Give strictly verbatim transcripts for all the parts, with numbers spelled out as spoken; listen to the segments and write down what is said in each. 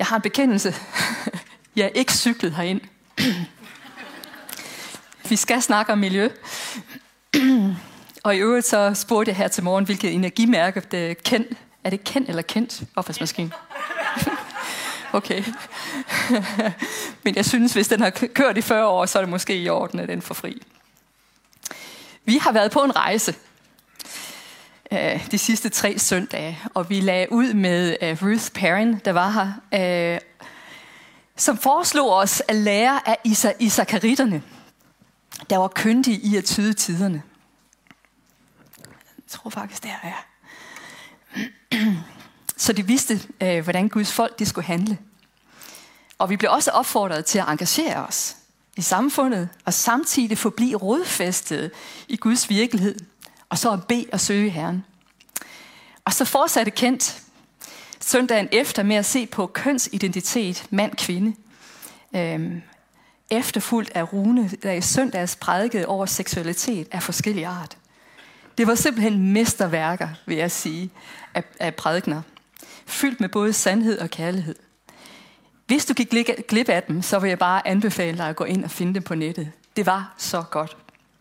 Jeg har en bekendelse. Jeg er ikke cyklet herind. Vi skal snakke om miljø. Og i øvrigt så spurgte jeg her til morgen, hvilket energimærke det er kendt. Er det kendt eller kendt opvaskemaskine? Okay. Men jeg synes, hvis den har kørt i fyrre år, så er det måske i orden, at den får fri. Vi har været på en rejse øh, de sidste tre søndage, og vi lagde ud med øh, Ruth Perrin, der var her, øh, som foreslog os at lære af Isa- isakaritterne, der var kyndige i at tyde tiderne. Jeg tror faktisk, det er ja. Så de vidste, øh, hvordan Guds folk de skulle handle. Og vi blev også opfordret til at engagere os i samfundet, og samtidig forblive rodfæstet i Guds virkelighed, og så at bede og søge Herren. Og så fortsatte Kent søndagen efter med at se på kønsidentitet, mand-kvinde, øhm, efterfulgt af Rune, der i søndags prædikede over seksualitet af forskellige art. Det var simpelthen mesterværker, vil jeg sige, af, af prædikener, fyldt med både sandhed og kærlighed. Hvis du gik glip af dem, så vil jeg bare anbefale dig at gå ind og finde dem på nettet. Det var så godt.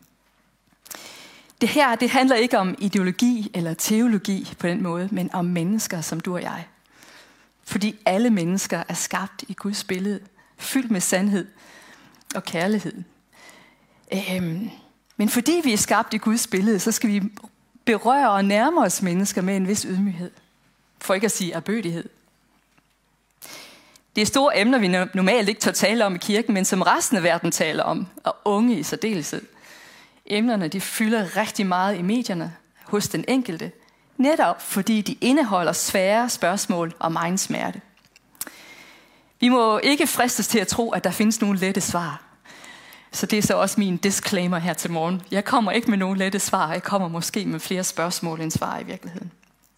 Det her, det handler ikke om ideologi eller teologi på den måde, men om mennesker som du og jeg. Fordi alle mennesker er skabt i Guds billede, fyldt med sandhed og kærlighed. Øhm, men fordi vi er skabt i Guds billede, så skal vi berøre og nærme os mennesker med en vis ydmyghed. For ikke at sige erbødighed. Det er store emner, vi normalt ikke tør tale om i kirken, men som resten af verden taler om, og unge i særdeleshed. Emnerne de fylder rigtig meget i medierne hos den enkelte, netop fordi de indeholder svære spørgsmål om egen smerte. Vi må ikke fristes til at tro, at der findes nogle lette svar. Så det er så også min disclaimer her til morgen. Jeg kommer ikke med nogle lette svar, jeg kommer måske med flere spørgsmål end svar i virkeligheden.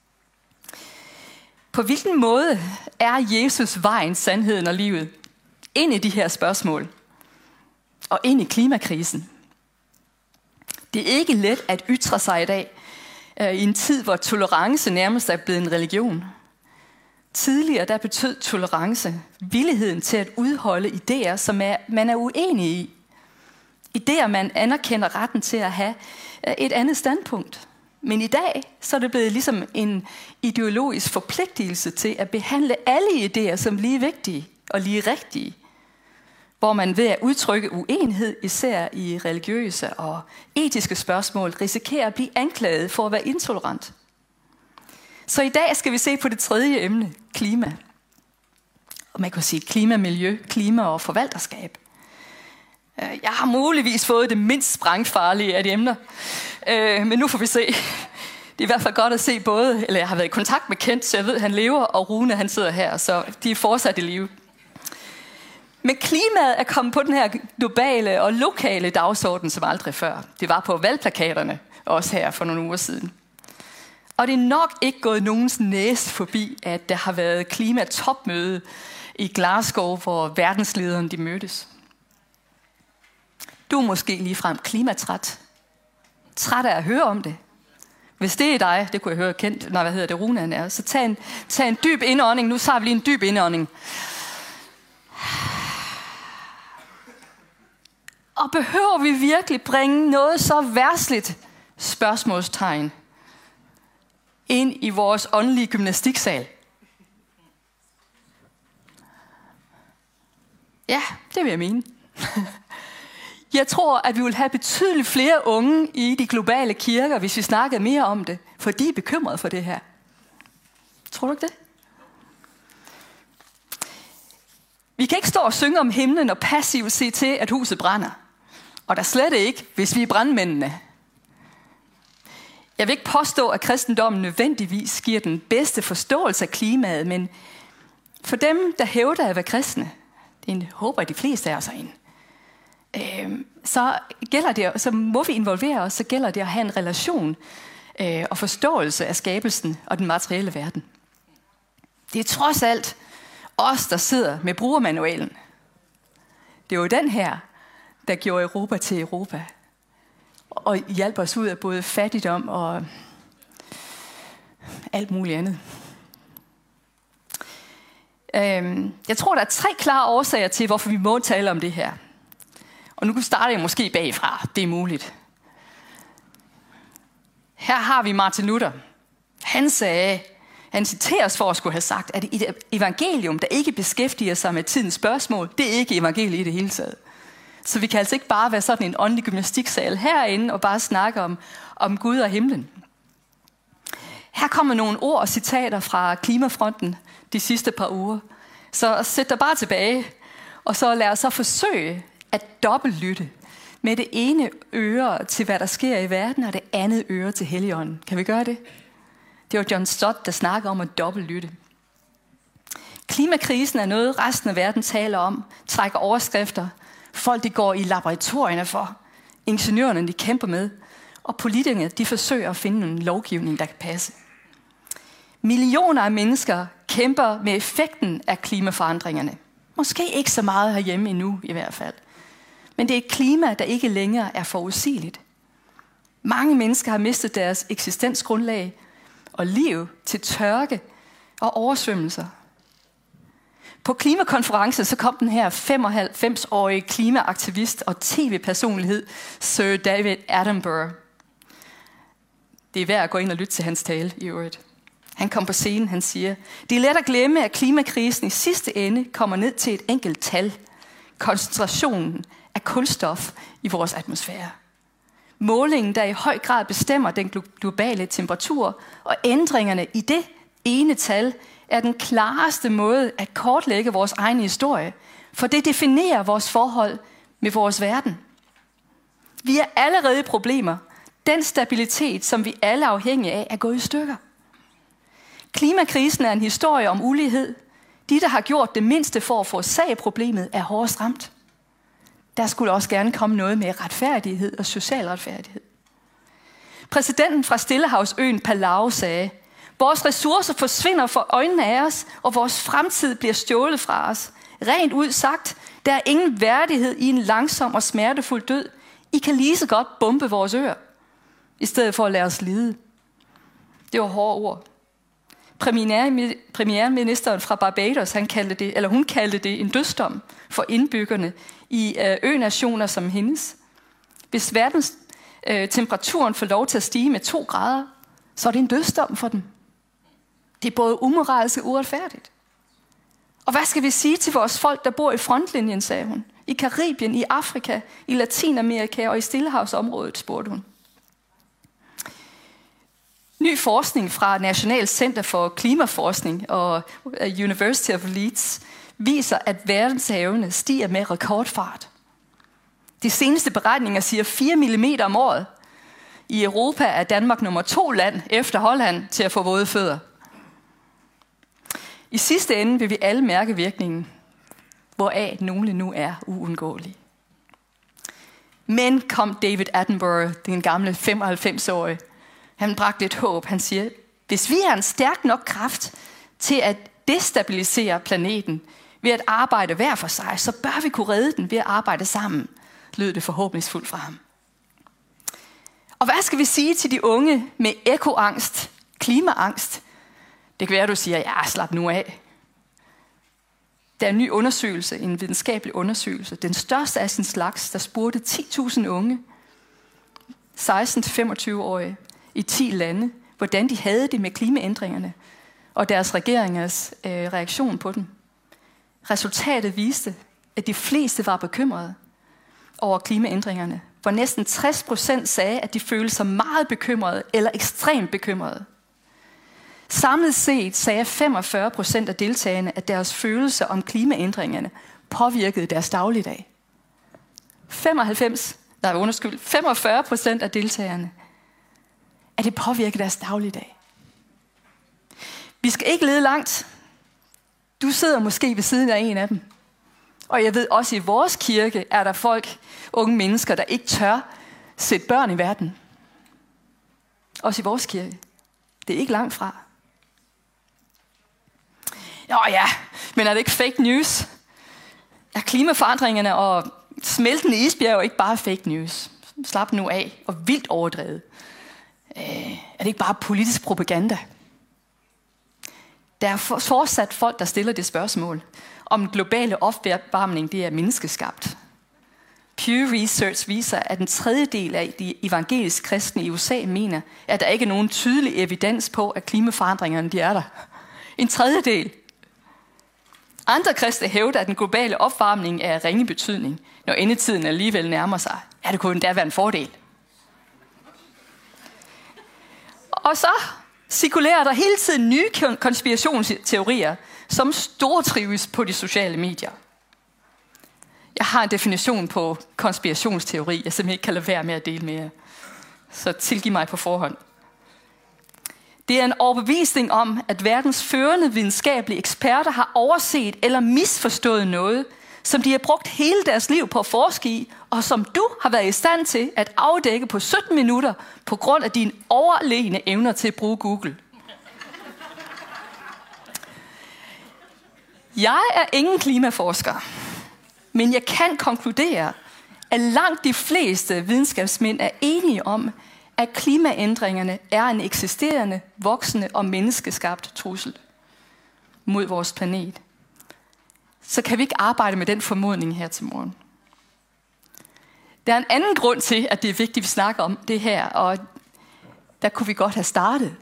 På hvilken måde er Jesus vejen, sandheden og livet ind i de her spørgsmål og ind i klimakrisen? Det er ikke let at ytre sig i dag øh, i en tid, hvor tolerance nærmest er blevet en religion. Tidligere der betød tolerance villigheden til at udholde idéer, som er, man er uenig i. Idéer, man anerkender retten til at have et andet standpunkt. Men i dag så er det blevet ligesom en ideologisk forpligtelse til at behandle alle idéer som lige vigtige og lige rigtige. Hvor man ved at udtrykke uenighed, især i religiøse og etiske spørgsmål, risikerer at blive anklaget for at være intolerant. Så i dag skal vi se på det tredje emne, klima. Og man kan sige klima, miljø, klima og forvalterskab. Jeg har muligvis fået det mindst sprængfarlige af de emner, men nu får vi se. Det er i hvert fald godt at se både, eller jeg har været i kontakt med Kent, så jeg ved, at han lever, og Rune, han sidder her, så de er fortsat i live. Men klimaet er kommet på den her globale og lokale dagsorden som aldrig før. Det var på valgplakaterne, også her for nogle uger siden. Og det er nok ikke gået nogens næse forbi, at der har været klimatopmøde i Glasgow, hvor verdenslederne de mødtes. Du er måske ligefrem klimatræt. Træt af at høre om det. Hvis det er dig, det kunne jeg høre Kent, nej, hvad hedder det, Rune han er, så tag en, tag en dyb indånding. Nu tager vi lige en dyb indånding. Og behøver vi virkelig bringe noget så værsligt spørgsmålstegn ind i vores åndelige gymnastiksal? Ja, det vil jeg mene. Jeg tror, at vi vil have betydeligt flere unge i de globale kirker, hvis vi snakkede mere om det, for de er bekymrede for det her. Tror du ikke det? Vi kan ikke stå og synge om himlen og passivt se til, at huset brænder. Og der slet ikke, hvis vi er brandmændene. Jeg vil ikke påstå, at kristendommen nødvendigvis giver den bedste forståelse af klimaet, men for dem, der hævder at være kristne, det håber jeg, de fleste af os er en, øh, så, gælder det, så må vi involvere os, så gælder det at have en relation øh, og forståelse af skabelsen og den materielle verden. Det er trods alt os, der sidder med brugermanualen. Det er jo den her, der gjorde Europa til Europa. Og hjalp os ud af både fattigdom og alt muligt andet. Øhm, jeg tror, der er tre klare årsager til, hvorfor vi må tale om det her. Og nu starter jeg måske bagfra. Det er muligt. Her har vi Martin Luther. Han sagde, han citeres for at skulle have sagt, at et evangelium, der ikke beskæftiger sig med tidens spørgsmål, det er ikke evangeliet i det hele taget. Så vi kan altså ikke bare være sådan en åndelig gymnastiksal herinde og bare snakke om, om Gud og himlen. Her kommer nogle ord og citater fra Klimafronten de sidste par uger. Så sæt dig bare tilbage, og så lad os så forsøge at dobbeltlytte med det ene øre til, hvad der sker i verden, og det andet øre til Helligånden. Kan vi gøre det? Det var John Stott, der snakker om at dobbeltlytte. Klimakrisen er noget, resten af verden taler om, trækker overskrifter. Folk, de går i laboratorierne for. Ingeniørerne, de kæmper med. Og politikerne, de forsøger at finde en lovgivning, der kan passe. Millioner af mennesker kæmper med effekten af klimaforandringerne. Måske ikke så meget herhjemme endnu i hvert fald. Men det er et klima, der ikke længere er forudsigeligt. Mange mennesker har mistet deres eksistensgrundlag og liv til tørke og oversvømmelser. På klimakonferencen så kom den her femoghalvfems-årige klimaaktivist og tv-personlighed Sir David Attenborough. Det er værd at gå ind og lytte til hans tale i øvrigt. Han kom på scenen, han siger, det er let at glemme, at klimakrisen i sidste ende kommer ned til et enkelt tal. Koncentrationen af kulstof i vores atmosfære. Målingen, der i høj grad bestemmer den globale temperatur, og ændringerne i det ene tal, er den klareste måde at kortlægge vores egen historie, for det definerer vores forhold med vores verden. Vi er allerede i problemer. Den stabilitet, som vi alle er afhængige af, er gået i stykker. Klimakrisen er en historie om ulighed. De, der har gjort det mindste for at forårsage problemet, er hårdest ramt. Der skulle også gerne komme noget med retfærdighed og social retfærdighed. Præsidenten fra Stillehavsøen Palau sagde, vores ressourcer forsvinder for øjnene af os, og vores fremtid bliver stjålet fra os. Rent ud sagt, der er ingen værdighed i en langsom og smertefuld død. I kan lige så godt bombe vores øer, i stedet for at lade os lide. Det var hårde ord. Premierministeren fra Barbados, han kaldte det, eller hun kaldte det en dødsdom for indbyggerne i ø-nationer som hendes. Hvis verdens øh, temperaturen får lov til at stige med to grader, så er det en dødsdom for dem. Det er både umoralsk og uretfærdigt. Og hvad skal vi sige til vores folk, der bor i frontlinjen, sagde hun. I Karibien, i Afrika, i Latinamerika og i Stillehavsområdet, spurgte hun. Ny forskning fra National Center for Klimaforskning og University of Leeds viser, at verdenshavene stiger med rekordfart. De seneste beregninger siger fire millimeter om året. I Europa er Danmark nummer to land efter Holland til at få våde fødder. I sidste ende vil vi alle mærke virkningen, hvoraf nogle nu er uundgåelige. Men kom David Attenborough, den gamle femoghalvfems-årige, han bragte et håb. Han siger, hvis vi har en stærk nok kraft til at destabilisere planeten ved at arbejde hver for sig, så bør vi kunne redde den ved at arbejde sammen, lød det forhåbningsfuldt fra ham. Og hvad skal vi sige til de unge med ekoangst, klimaangst? Det kan være, at du siger, ja, slap nu af. Der er en ny undersøgelse, en videnskabelig undersøgelse, den største af sin slags, der spurgte ti tusind unge, seksten til femogtyve-årige, i ti lande, hvordan de havde det med klimaændringerne og deres regeringers øh, reaktion på dem. Resultatet viste, at de fleste var bekymrede over klimaændringerne, hvor næsten tres procent sagde, at de følte sig meget bekymrede eller ekstremt bekymrede. Samlet set sagde femogfyrre procent af deltagerne, at deres følelser om klimaændringerne påvirkede deres dagligdag. femoghalvfems, nej, undskyld, femogfyrre procent af deltagerne, at det påvirker deres dagligdag. Vi skal ikke lede langt. Du sidder måske ved siden af en af dem. Og jeg ved også, i vores kirke er der folk, unge mennesker, der ikke tør sætte børn i verden. Også i vores kirke. Det er ikke langt fra. Jo ja, men er det ikke fake news? Er klimaforandringerne og smeltende isbjerg ikke bare fake news? Slap nu af og vildt overdrevet. Er det ikke bare politisk propaganda? Der er fortsat folk, der stiller det spørgsmål, om globale opvarmning det er menneskeskabt. Pew Research viser, at en tredjedel af de evangelisk kristne i U S A mener, at der ikke er nogen tydelig evidens på, at klimaforandringerne de er der. En tredjedel. Andre kristne hævder, at den globale opvarmning er af ringe betydning, når endetiden alligevel nærmer sig. Ja, det kunne endda være en fordel. Og så cirkulerer der hele tiden nye konspirationsteorier, som stortrives på de sociale medier. Jeg har en definition på konspirationsteori, jeg simpelthen ikke kan lade være med at dele med jer. Så tilgiv mig på forhånd. Det er en overbevisning om, at verdens førende videnskabelige eksperter har overset eller misforstået noget, som de har brugt hele deres liv på at forske i, og som du har været i stand til at afdække på sytten minutter på grund af dine overlegne evner til at bruge Google. Jeg er ingen klimaforsker, men jeg kan konkludere, at langt de fleste videnskabsmænd er enige om, at klimaændringerne er en eksisterende, voksende og menneskeskabt trussel mod vores planet. Så kan vi ikke arbejde med den formodning her til morgen. Der er en anden grund til, at det er vigtigt, at vi snakker om det her, og der kunne vi godt have startet.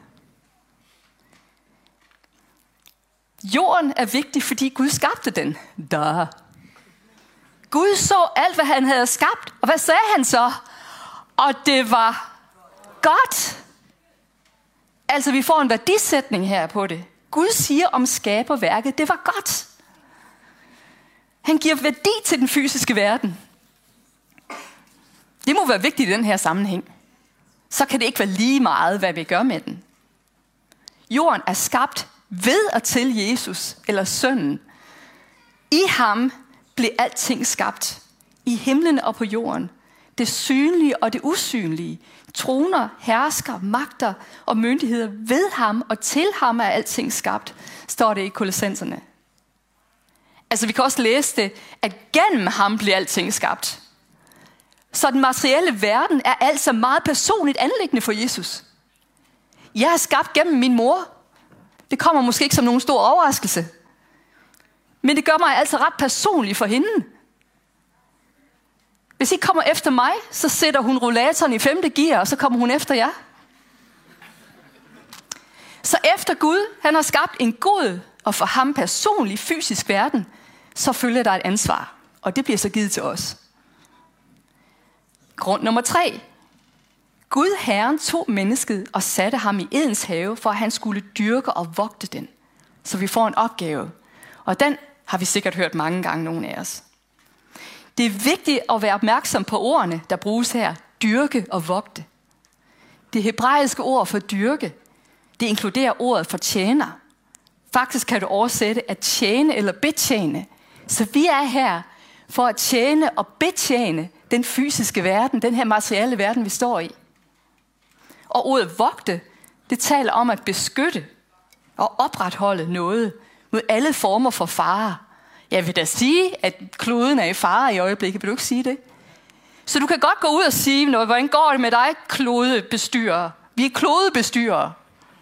Jorden er vigtig, fordi Gud skabte den. Da. Gud så alt, hvad han havde skabt, og hvad sagde han så? Og det var godt. Altså, vi får en værdisætning her på det. Gud siger om skaberværket, det var godt. Han giver værdi til den fysiske verden. Det må være vigtigt i den her sammenhæng. Så kan det ikke være lige meget, hvad vi gør med den. Jorden er skabt ved og til Jesus, eller sønnen. I ham blev alting skabt. I himlen og på jorden. Det synlige og det usynlige. Troner, hersker, magter og myndigheder ved ham og til ham er alting skabt, står det i Kolossenserne. Altså vi kan også læse det, at gennem ham bliver alting skabt. Så den materielle verden er altså meget personligt anliggende for Jesus. Jeg er skabt gennem min mor. Det kommer måske ikke som nogen stor overraskelse. Men det gør mig altså ret personlig for hende. Hvis I kommer efter mig, så sætter hun rollatoren i femte gear, og så kommer hun efter jer. Så efter Gud, han har skabt en god og for ham personlig fysisk verden, så følger der et ansvar. Og det bliver så givet til os. Grund nummer tre. Gud Herren tog mennesket og satte ham i Edens have, for at han skulle dyrke og vogte den. Så vi får en opgave. Og den har vi sikkert hørt mange gange, nogle af os. Det er vigtigt at være opmærksom på ordene, der bruges her. Dyrke og vogte. Det hebraiske ord for dyrke, det inkluderer ordet for tjener. Faktisk kan du oversætte at tjene eller betjene. Så vi er her for at tjene og betjene den fysiske verden, den her materielle verden, vi står i. Og ordet vogte, det taler om at beskytte og opretholde noget mod alle former for fare. Jeg vil da sige, at kloden er i fare i øjeblikket. Vil du ikke sige det? Så du kan godt gå ud og sige, hvordan går det med dig, klodebestyrer? Vi er klodebestyrere.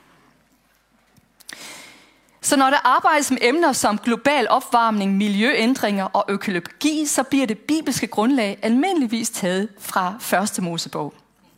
Så når der arbejdes med emner som global opvarmning, miljøændringer og økologi, så bliver det bibelske grundlag almindeligvis taget fra første Mosebog.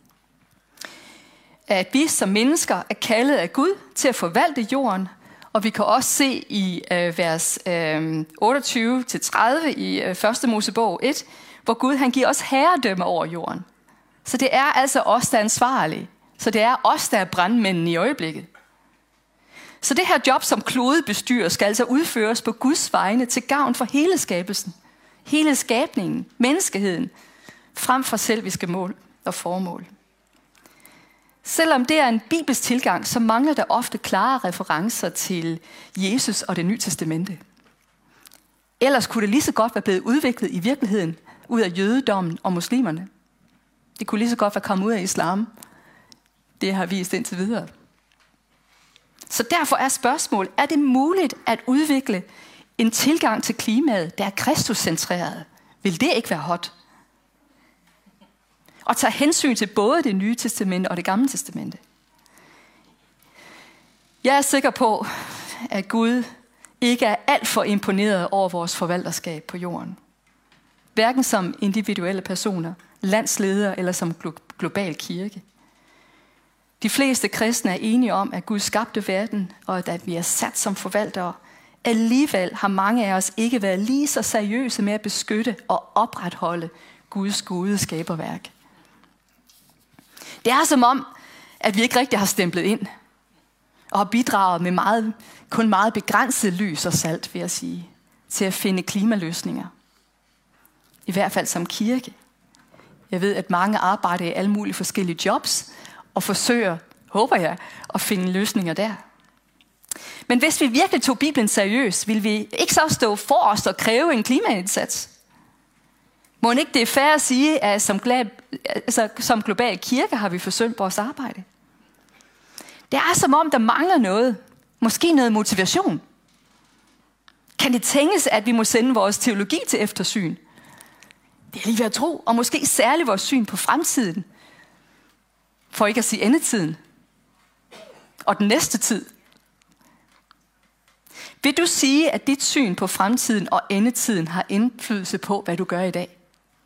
At vi som mennesker er kaldet af Gud til at forvalte jorden, og vi kan også se i øh, vers øh, otteogtyve til tredive i øh, første Mosebog et, hvor Gud han giver os herredømme over jorden. Så det er altså os, der er ansvarlige. Så det er os, der er brandmændene i øjeblikket. Så det her job som klodebestyrer skal altså udføres på Guds vegne til gavn for hele skabelsen, hele skabningen, menneskeheden, frem for selviske mål og formål. Selvom det er en bibelsk tilgang, så mangler der ofte klare referencer til Jesus og det nye testamente. Ellers kunne det lige så godt være blevet udviklet i virkeligheden ud af jødedommen og muslimerne. Det kunne lige så godt være kommet ud af islam. Det har vist indtil videre. Så derfor er spørgsmålet, er det muligt at udvikle en tilgang til klimaet, der er kristuscentreret? Vil det ikke være hot? Og tage hensyn til både det nye testamente og det gamle testamente. Jeg er sikker på, at Gud ikke er alt for imponeret over vores forvalterskab på jorden. Hverken som individuelle personer, landsledere eller som global kirke. De fleste kristne er enige om, at Gud skabte verden, og at vi er sat som forvaltere. Alligevel har mange af os ikke været lige så seriøse med at beskytte og opretholde Guds gode skaberværk. Det er som om, at vi ikke rigtig har stemplet ind og har bidraget med meget, kun meget begrænset lys og salt, vil jeg sige, til at finde klimaløsninger. I hvert fald som kirke. Jeg ved, at mange arbejder i alle mulige forskellige jobs og forsøger, håber jeg, at finde løsninger der. Men hvis vi virkelig tog Bibelen seriøst, ville vi ikke så stå forrest og kræve en klimaindsats. Må ikke det er fair at sige, at som, altså, som global kirke har vi forsømt vores arbejde? Det er som om, der mangler noget. Måske noget motivation. Kan det tænkes, at vi må sende vores teologi til eftersyn? Det er lige ved at tro, og måske særligt vores syn på fremtiden. For ikke at sige endetiden. Og den næste tid. Vil du sige, at dit syn på fremtiden og endetiden har indflydelse på, hvad du gør i dag?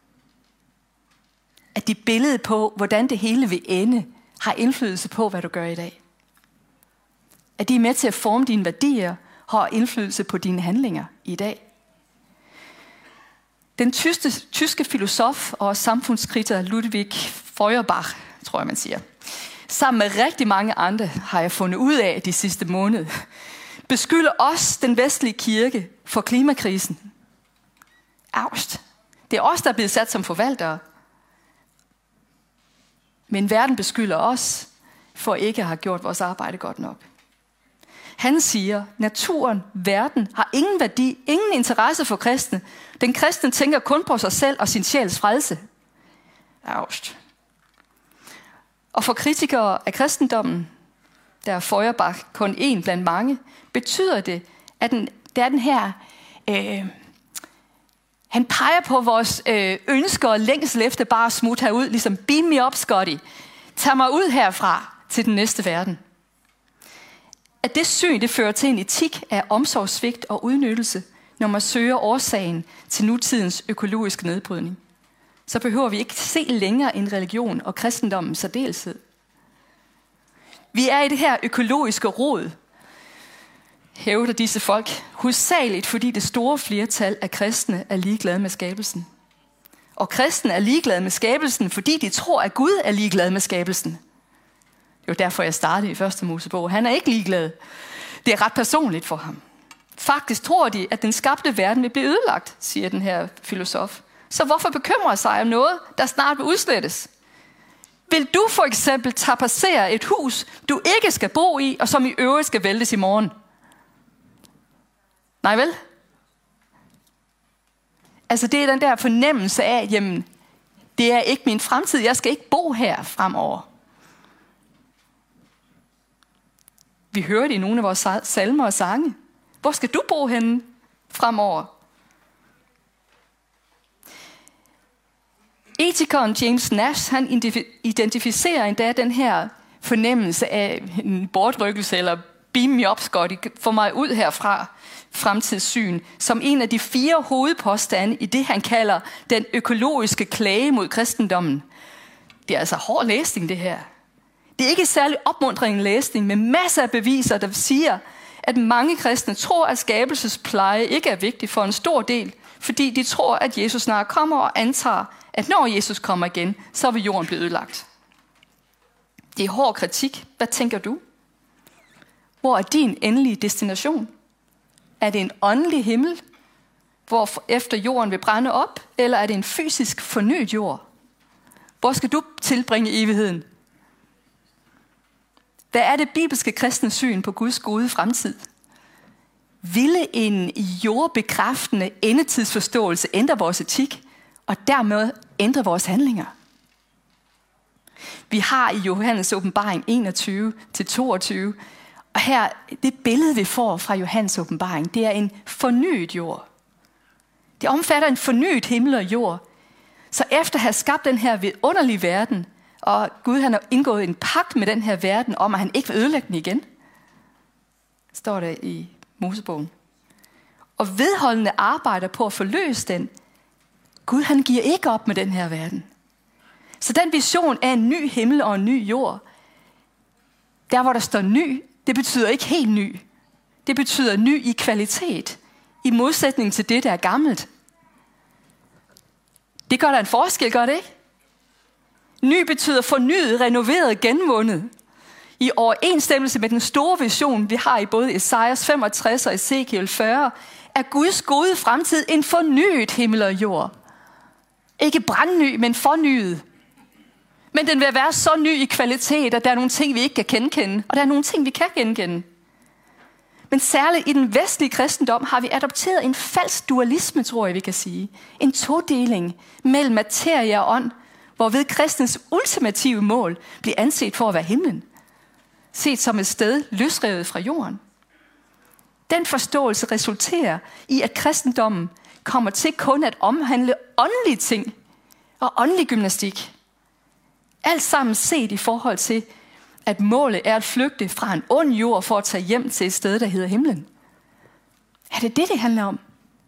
At dit billede på, hvordan det hele vil ende, har indflydelse på, hvad du gør i dag? At de er med til at forme dine værdier, har indflydelse på dine handlinger i dag? Den tyske, tyske filosof og samfundskritiker Ludwig Feuerbach, tror jeg man siger, sammen med rigtig mange andre, har jeg fundet ud af de sidste måneder, beskylder os, den vestlige kirke, for klimakrisen. Aust. Det er os, der er blevet sat som forvaltere. Men verden beskylder os for ikke at have gjort vores arbejde godt nok. Han siger, naturen, verden har ingen værdi, ingen interesse for kristne. Den kristne tænker kun på sig selv og sin sjæls frelse. Aust. Og for kritikere af kristendommen, der er Feuerbach kun en blandt mange, betyder det, at den, det er den her, øh, han peger på vores øh, ønsker og længsel efter bare at smutte herud, ligesom beam me up, Scotty. Tag mig ud herfra til den næste verden. At det syn, det fører til en etik af omsorgssvigt og udnyttelse, når man søger årsagen til nutidens økologiske nedbrydning. Så behøver vi ikke se længere end religion og kristendommens særdeleshed. Vi er i det her økologiske rod, hævder disse folk, hovedsageligt fordi det store flertal af kristne er ligeglade med skabelsen. Og kristne er ligeglade med skabelsen, fordi de tror, at Gud er ligeglad med skabelsen. Det var derfor, jeg startede i første Mosebog. Han er ikke ligeglad. Det er ret personligt for ham. Faktisk tror de, at den skabte verden vil blive ødelagt, siger den her filosof. Så hvorfor bekymre sig om noget, der snart vil udslettes? Vil du for eksempel tapassere et hus, du ikke skal bo i, og som i øvrigt skal væltes i morgen? Nej vel? Altså det er den der fornemmelse af, jamen, det er ikke min fremtid, jeg skal ikke bo her fremover. Vi hører det i nogle af vores salmer og sange. Hvor skal du bo henne fremover? Etikeren James Nash, han identificerer endda den her fornemmelse af en bortrykkelse, eller beam me up, Scotty, få mig ud herfra, fremtidssyn, som en af de fire hovedpåstande i det, han kalder den økologiske klage mod kristendommen. Det er altså hård læsning, det her. Det er ikke særlig opmuntrende læsning, med masser af beviser, der siger, at mange kristne tror, at skabelsespleje ikke er vigtig for en stor del, fordi de tror, at Jesus snart kommer og antager, at når Jesus kommer igen, så vil jorden blive ødelagt. Det er hård kritik. Hvad tænker du? Hvor er din endelige destination? Er det en åndelig himmel, hvor efter jorden vil brænde op, eller er det en fysisk fornyet jord? Hvor skal du tilbringe evigheden? Hvad er det bibelske kristne syn på Guds gode fremtid? Ville en jordbekræftende endetidsforståelse ændre vores etik, og dermed ændre vores handlinger? Vi har i Johannes åbenbaring enogtyve til toogtyve, og her, det billede vi får fra Johannes åbenbaring, det er en fornyet jord. Det omfatter en fornyet himmel og jord. Så efter at have skabt den her vidunderlige verden, og Gud han har indgået en pagt med den her verden om, at han ikke vil ødelægge den igen, står der i Mosebogen. Og vedholdende arbejder på at forløse den. Gud, han giver ikke op med den her verden. Så den vision af en ny himmel og en ny jord, der hvor der står ny, det betyder ikke helt ny. Det betyder ny i kvalitet, i modsætning til det, der er gammelt. Det gør der en forskel, gør det ikke? Ny betyder fornyet, renoveret, genvundet. I overensstemmelse med den store vision, vi har i både Esajas femogtres og Ezekiel fyrre, er Guds gode fremtid en fornyet himmel og jord. Ikke brandny, men fornyet. Men den vil være så ny i kvalitet, at der er nogle ting, vi ikke kan genkende, og der er nogle ting, vi kan genkende. Men særligt i den vestlige kristendom har vi adopteret en falsk dualisme, tror jeg, vi kan sige. En todeling mellem materie og ånd, hvorved kristens ultimative mål bliver anset for at være himlen. Set som et sted løsrevet fra jorden. Den forståelse resulterer i, at kristendommen kommer til kun at omhandle åndelige ting og åndelig gymnastik. Alt sammen set i forhold til, at målet er at flygte fra en ond jord for at tage hjem til et sted, der hedder himlen. Er det det, det handler om?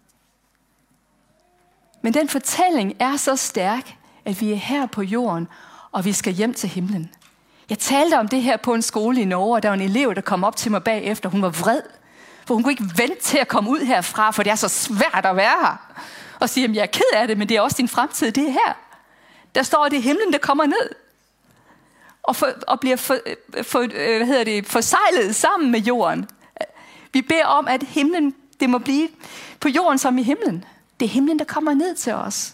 Men den fortælling er så stærk, at vi er her på jorden, og vi skal hjem til himlen. Jeg talte om det her på en skole i Norge, og der var en elev, der kom op til mig bagefter. Hun var vred, for hun kunne ikke vente til at komme ud herfra, for det er så svært at være her. Og sige, at jeg er ked af det, men det er også din fremtid, det er her. Der står, at det er himlen, der kommer ned. Og, for, og bliver for, for, hvad hedder det, forsejlet sammen med jorden. Vi beder om, at himlen, det må blive på jorden som i himlen. Det er himlen, der kommer ned til os.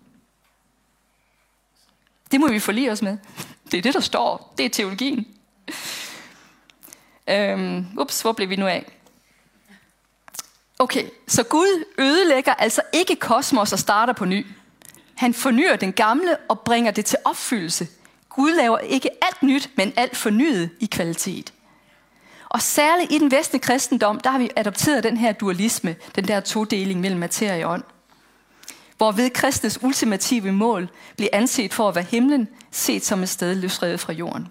Det må vi forlige os med. Det er det, der står. Det er teologien. Øhm, ups, hvor blev vi nu af? Okay, så Gud ødelægger altså ikke kosmos og starter på ny. Han fornyer den gamle og bringer det til opfyldelse. Gud laver ikke alt nyt, men alt fornyet i kvalitet. Og særligt i den vestlige kristendom, der har vi adopteret den her dualisme, den der todeling mellem materie og ånd. Hvorved kristnes ultimative mål bliver anset for at være himlen, set som et sted løsrevet fra jorden.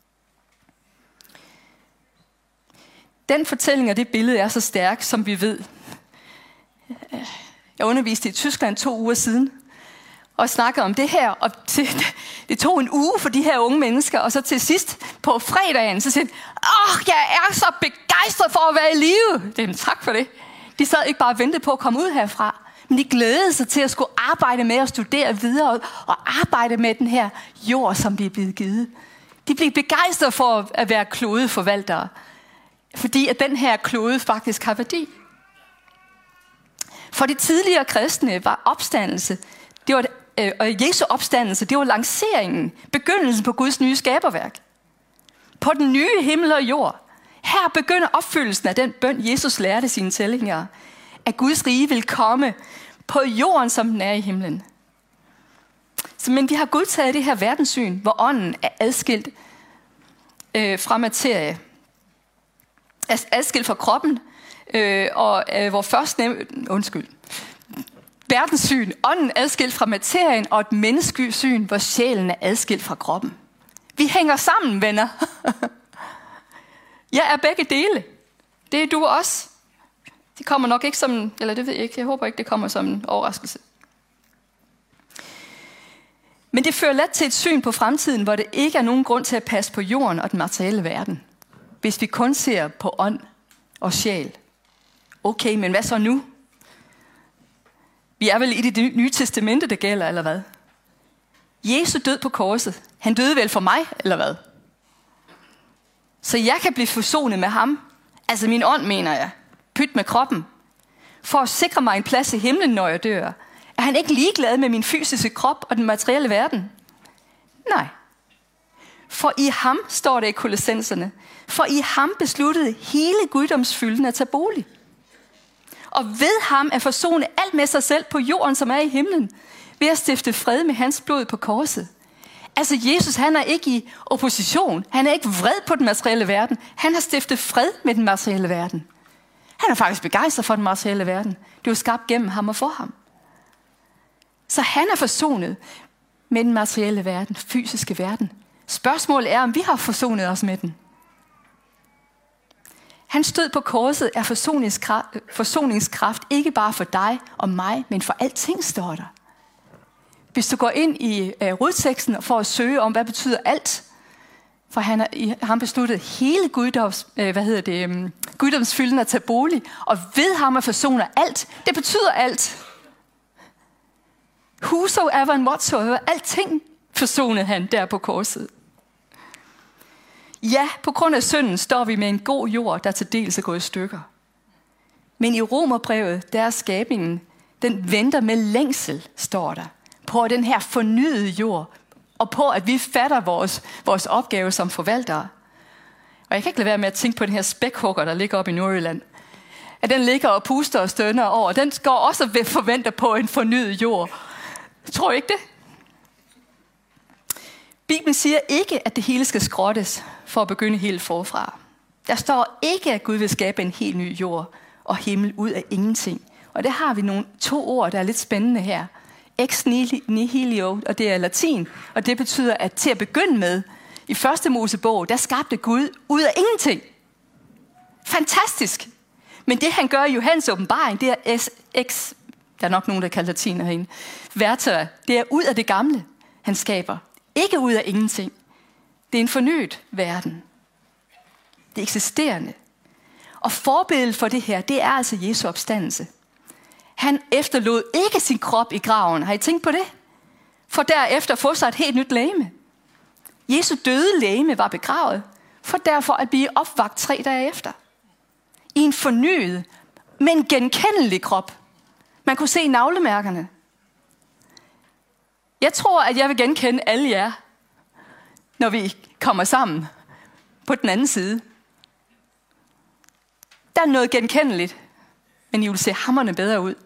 Den fortælling og det billede er så stærk, som vi ved. Jeg underviste i Tyskland to uger siden, og snakkede om det her, og det tog en uge for de her unge mennesker, og så til sidst på fredagen, så siger de, åh, jeg er så begejstret for at være i live. Det er tak for det. De sad ikke bare og ventede på at komme ud herfra, men de glædede sig til at skulle arbejde med at studere videre, og arbejde med den her jord, som vi er blevet givet. De blev begejstret for at være klodeforvaltere, fordi at den her klode faktisk har værdi. For de tidligere kristne var opstandelse, det var, øh, og Jesu opstandelse, det var lanceringen, begyndelsen på Guds nye skaberværk. På den nye himmel og jord. Her begynder opfyldelsen af den bøn, Jesus lærte sine tilhængere, at Guds rige vil komme på jorden, som den er i himlen. Så, men vi har godtaget det her verdenssyn, hvor ånden er adskilt øh, fra materie. Adskilt fra kroppen, øh, og øh, hvor først nævnt, undskyld, verdenssyn, ånden adskilt fra materien, og et menneskesyn, hvor sjælen er adskilt fra kroppen. Vi hænger sammen, venner. Jeg er begge dele. Det er du også. Det kommer nok ikke som, eller det ved jeg ikke, jeg håber ikke, det kommer som en overraskelse. Men det fører let til et syn på fremtiden, hvor det ikke er nogen grund til at passe på jorden og den materielle verden. Hvis vi kun ser på ånd og sjæl. Okay, men hvad så nu? Vi er vel i det nye testamente, det gælder, eller hvad? Jesu død på korset. Han døde vel for mig, eller hvad? Så jeg kan blive forsonet med ham. Altså min ånd, mener jeg. Pyt med kroppen. For at sikre mig en plads i himlen, når jeg dør. Er han ikke ligeglad med min fysiske krop og den materielle verden? Nej. For i ham, står det i Kolossenserne, for i ham besluttede hele guddomsfylden at tage bolig. Og ved ham er forsonet alt med sig selv på jorden, som er i himlen, ved at stifte fred med hans blod på korset. Altså Jesus, han er ikke i opposition. Han er ikke vred på den materielle verden. Han har stiftet fred med den materielle verden. Han er faktisk begejstret for den materielle verden. Det er skabt gennem ham og for ham. Så han er forsonet med den materielle verden, fysiske verden. Spørgsmålet er, om vi har forsonet os med den. Hans død på korset er forsoningskraft, forsoningskraft ikke bare for dig og mig, men for alting, står der. Hvis du går ind i uh, rodteksten for at søge om, hvad betyder alt, for han har han besluttet hele guddoms, uh, hvad hedder det, um, guddomsfylden at tage bolig, og ved ham at forsoner alt. Det betyder alt. Whosoever and whatsoever, alting forsonede han der på korset. Ja, på grund af synden står vi med en god jord, der til dels er gået i stykker. Men i Romerbrevet, der er skabningen, den venter med længsel, står der, på den her fornyede jord, og på at vi fatter vores, vores opgave som forvaltere. Og jeg kan ikke lade være med at tænke på den her spækhugger, der ligger oppe i Nordjylland. At den ligger og puster og stønner over. Den går også ved forventer på en fornyet jord. Tror I ikke det? Bibelen siger ikke, at det hele skal skrottes for at begynde helt forfra. Der står ikke, at Gud vil skabe en helt ny jord og himmel ud af ingenting. Og der har vi nogle to ord, der er lidt spændende her. Ex nihilo, og det er latin, og det betyder, at til at begynde med, i første Mosebog, der skabte Gud ud af ingenting. Fantastisk! Men det han gør i Johannes åbenbaring, det er ex, der er nok nogen, der kalder latiner herinde, vertere, det er ud af det gamle, han skaber. Ikke ud af ingenting. Det er en fornyet verden. Det er eksisterende. Og forbilledet for det her, det er altså Jesu opstandelse. Han efterlod ikke sin krop i graven. Har I tænkt på det? For derefter få sig et helt nyt legeme. Jesu døde legeme var begravet, for derfor at blive opvakt tre dage efter. I en fornyet, men genkendelig krop. Man kunne se navlemærkerne. Jeg tror, at jeg vil genkende alle jer, når vi kommer sammen på den anden side. Der er noget genkendeligt, men I vil se hamrende bedre ud.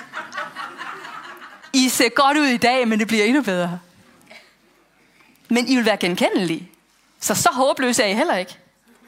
I ser godt ud i dag, men det bliver endnu bedre. Men I vil være genkendelige, så så håbløse er I heller ikke.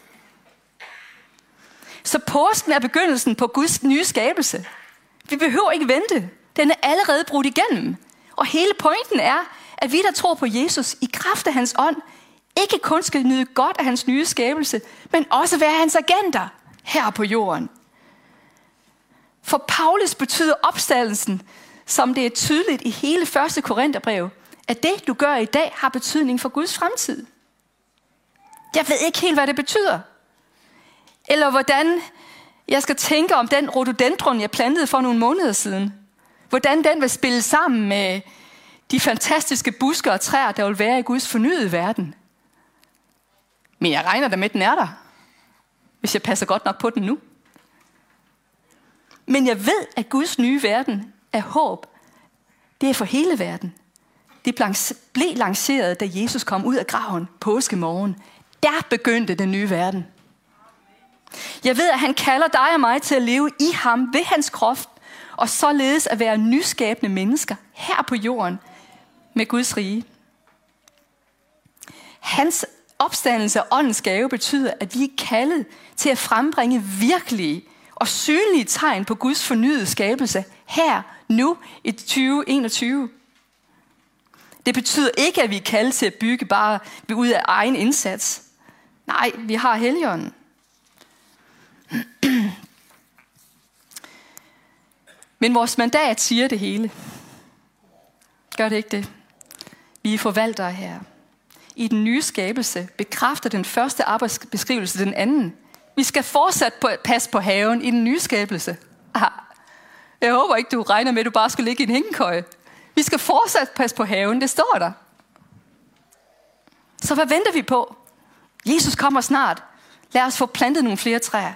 Så påsken er begyndelsen på Guds nye skabelse. Vi behøver ikke vente. Den er allerede brudt igennem. Og hele pointen er, at vi, der tror på Jesus i kraft af hans ånd, ikke kun skal nyde godt af hans nye skabelse, men også være hans agenter her på jorden. For Paulus betyder opstandelsen, som det er tydeligt i hele første Korintherbrev, at det, du gør i dag, har betydning for Guds fremtid. Jeg ved ikke helt, hvad det betyder. Eller hvordan jeg skal tænke om den rhododendron, jeg plantede for nogle måneder siden. Hvordan den vil spille sammen med de fantastiske busker og træer, der vil være i Guds fornyede verden. Men jeg regner da med, at den er der, hvis jeg passer godt nok på den nu. Men jeg ved, at Guds nye verden er håb. Det er for hele verden. Det blev lanceret, da Jesus kom ud af graven påskemorgen. Der begyndte den nye verden. Jeg ved, at han kalder dig og mig til at leve i ham ved hans krop, og således at være nyskabende mennesker her på jorden med Guds rige. Hans opstandelse og åndens gave betyder, at vi er kaldet til at frembringe virkelige og synlige tegn på Guds fornyede skabelse her, nu i tyve enogtyve. Det betyder ikke, at vi er kaldet til at bygge bare ud af egen indsats. Nej, vi har Helligånden. Men vores mandat siger det hele. Gør det ikke det? Vi er forvaltere her. I den nye skabelse bekræfter den første arbejdsbeskrivelse den anden. Vi skal fortsat på, passe på haven i den nye skabelse. Aha. Jeg håber ikke, du regner med, at du bare skal ligge i en hængekøje. Vi skal fortsat passe på haven, det står der. Så hvad venter vi på? Jesus kommer snart. Lad os få plantet nogle flere træer.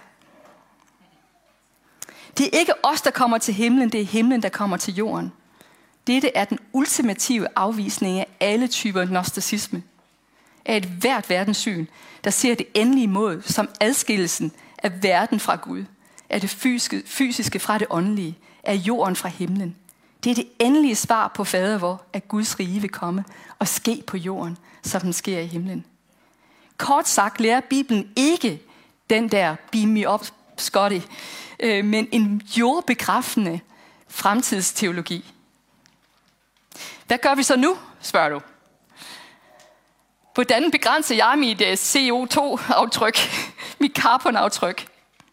Det er ikke os, der kommer til himlen, det er himlen, der kommer til jorden. Dette er den ultimative afvisning af alle typer gnosticisme. Af et hvert verdenssyn, der ser det endelige mål som adskillelsen af verden fra Gud, af det fysiske, fysiske fra det åndelige, af jorden fra himlen. Det er det endelige svar på fader vor, at Guds rige vil komme og ske på jorden, som den sker i himlen. Kort sagt lærer Bibelen ikke den der beam me up, Scotty, øh, men en jordbekræftende fremtidsteologi. Hvad gør vi så nu, spørger du? Hvordan begrænser jeg mit C O to aftryk, mit carbonaftryk?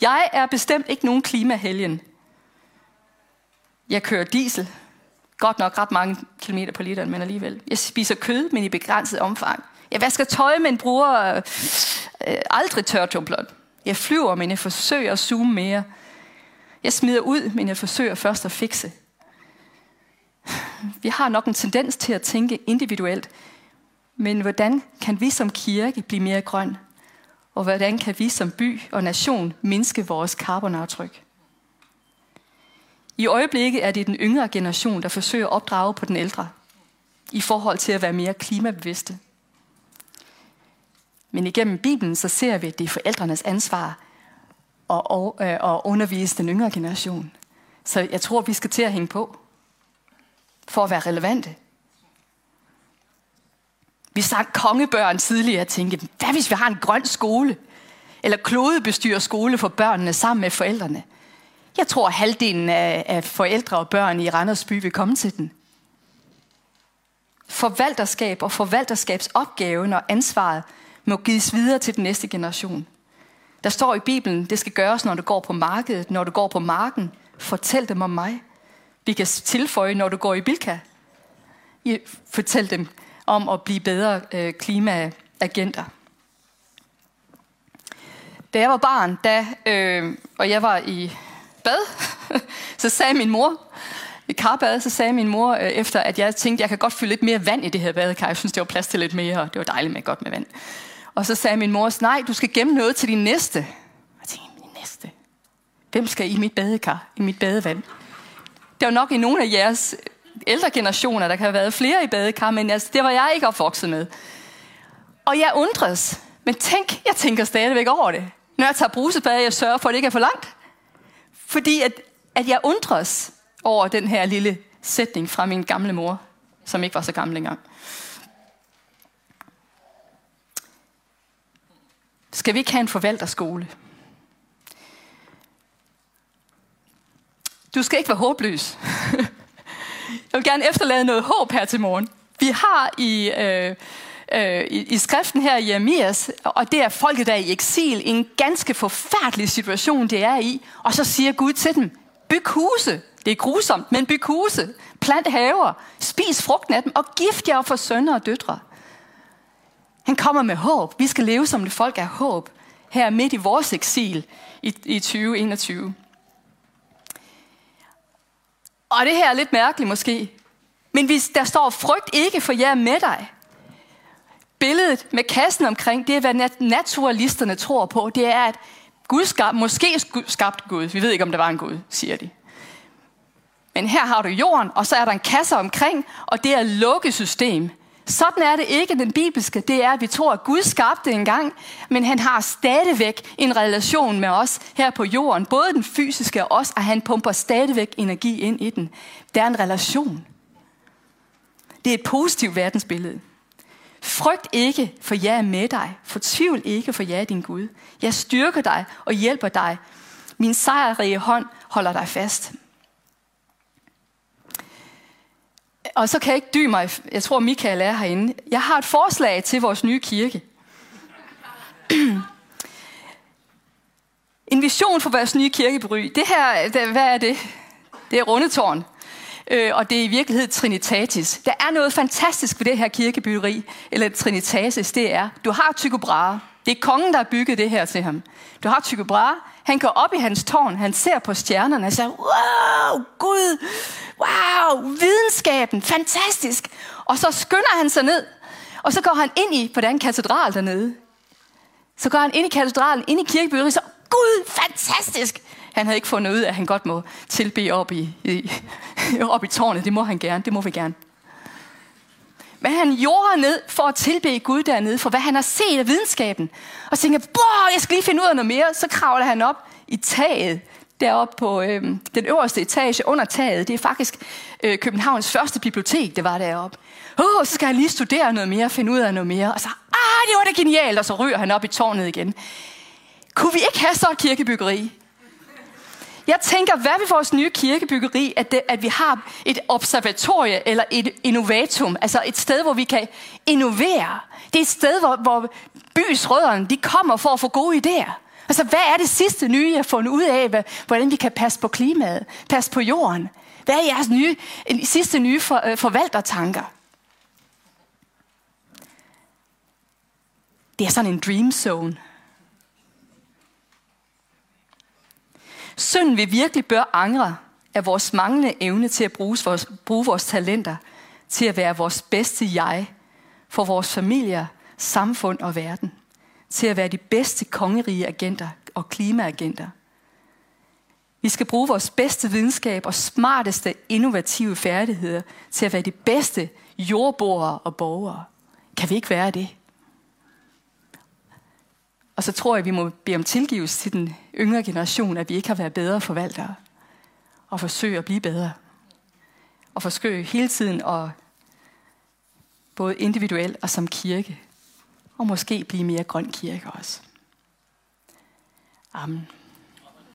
Jeg er bestemt ikke nogen klimahelgen. Jeg kører diesel. Godt nok ret mange kilometer på literen, men alligevel. Jeg spiser kød, men i begrænset omfang. Jeg vasker tøj, men bruger øh, aldrig tørretumbler. Jeg flyver, men jeg forsøger at zoome mere. Jeg smider ud, men jeg forsøger først at fikse. Vi har nok en tendens til at tænke individuelt. Men hvordan kan vi som kirke blive mere grøn? Og hvordan kan vi som by og nation mindske vores carbonaftryk? I øjeblikket er det den yngre generation, der forsøger at opdrage på den ældre, i forhold til at være mere klimabevidste. Men igennem Bibelen så ser vi, at det er forældrenes ansvar at, at, at undervise den yngre generation. Så jeg tror, vi skal til at hænge på, for at være relevante. Vi sagde kongebørn tidligere og tænkte, hvad hvis vi har en grøn skole? Eller klodebestyrerskole for børnene sammen med forældrene? Jeg tror, at halvdelen af, af forældre og børn i Randers by vil komme til den. Forvalterskab og forvalterskabsopgaven og ansvaret må gives videre til den næste generation. Der står i Bibelen, det skal gøres, når du går på markedet, når du går på marken. Fortæl dem om mig. Vi kan tilføje, når du går i Bilka. Fortæl dem om at blive bedre øh, klimaagenter. Da jeg var barn, da, øh, og jeg var i bad, så sagde min mor, i karbad, så sagde min mor, øh, efter at jeg tænkte, jeg kan godt fylde lidt mere vand i det her badekar. Jeg synes, det var plads til lidt mere, og det var dejligt med godt med vand. Og så sagde min mor, nej, du skal gemme noget til din næste. Jeg tænkte, min næste? Hvem skal i mit badekar, i mit badevand? Der var nok i nogle af jeres ældre generationer, der kan have været flere i badekar, men altså, det var jeg ikke opvokset med. Og jeg undres, men tænk, jeg tænker stadigvæk over det. Når jeg tager brusebad, jeg sørger for, at det ikke er for langt. Fordi at, at jeg undres over den her lille sætning fra min gamle mor, som ikke var så gammel engang. Skal vi ikke have en forvalterskole? Du skal ikke være håbløs. Jeg vil gerne efterlade noget håb her til morgen. Vi har i, øh, øh, i, i skriften her i Jeremias, og det er folket, der er i eksil, en ganske forfærdelig situation, det er i. Og så siger Gud til dem, byg huse. Det er grusomt, men byg huse. Plant haver. Spis frugten af dem, og gift jer for sønner og døtre. Han kommer med håb. Vi skal leve som det folk af håb, her midt i vores eksil i, i tyve enogtyve. Og det her er lidt mærkeligt måske. Men hvis der står, frygt ikke, for jeg er med dig. Billedet med kassen omkring, det er, hvad naturalisterne tror på. Det er, at Gud skab, måske skabte Gud. Vi ved ikke, om der var en Gud, siger de. Men her har du jorden, og så er der en kasse omkring, og det er et lukkesystem. Sådan er det ikke den bibelske. Det er, at vi tror, at Gud skabte en gang, men han har stadigvæk en relation med os her på jorden. Både den fysiske og os, og han pumper stadigvæk energi ind i den. Der er en relation. Det er et positivt verdensbillede. Frygt ikke, for jeg er med dig. Fortvivl ikke, for jeg er din Gud. Jeg styrker dig og hjælper dig. Min sejrrige hånd holder dig fast. Og så kan jeg ikke dy mig. Jeg tror, Michael er herinde. Jeg har et forslag til vores nye kirke. En vision for vores nye kirkeby. Det her, det, hvad er det? Det er Rundetårn. Øh, og det er i virkelighed Trinitatis. Der er noget fantastisk ved det her kirkebyggeri, eller Trinitatis, det er, du har Tycho Brahe. Det er kongen, der har bygget det her til ham. Du har Tycho Brahe. Han går op i hans tårn, han ser på stjernerne og siger, wow, Gud, wow, videnskaben, fantastisk. Og så skynder han sig ned, og så går han ind i, for der er en katedral dernede. Så går han ind i katedralen, ind i kirkebyggeriet, og så, Gud, fantastisk. Han havde ikke fundet ud af, at han godt må tilbede op i, i, op i tårnet. Det må han gerne, det må vi gerne. Men han jorder ned for at tilbede Gud dernede, for hvad han har set af videnskaben. Og tænker, boah, jeg skal lige finde ud af noget mere. Så kravler han op i taget, deroppe på øh, den øverste etage under taget. Det er faktisk øh, Københavns første bibliotek, det var deroppe. Åh, så skal han lige studere noget mere, finde ud af noget mere. Og så, ah, det var da genialt, og så ryger han op i tårnet igen. Kunne vi ikke have så et kirkebyggeri? Jeg tænker, hvad vil vores nye kirkebyggeri, at, det, at vi har et observatorie eller et innovatum, altså et sted, hvor vi kan innovere. Det er et sted, hvor, hvor bysrødderne, de kommer for at få gode idéer. Altså, hvad er det sidste nye, jeg har fundet ud af, hvordan vi kan passe på klimaet, passe på jorden? Hvad er jeres nye, sidste nye for, øh, forvaltertanker? Det er sådan en dream zone. Synden vi virkelig bør angre er vores manglende evne til at bruge vores, bruge vores talenter til at være vores bedste jeg for vores familier, samfund og verden. Til at være de bedste kongerige agenter og klimaagenter. Vi skal bruge vores bedste videnskab og smarteste innovative færdigheder til at være de bedste jordboere og borgere. Kan vi ikke være det? Og så tror jeg, vi må bede om tilgivelse til den yngre generation, at vi ikke har været bedre forvaltere. Og forsøge at blive bedre. Og forsøge hele tiden at både individuelt og som kirke. Og måske blive mere grøn kirke også. Amen.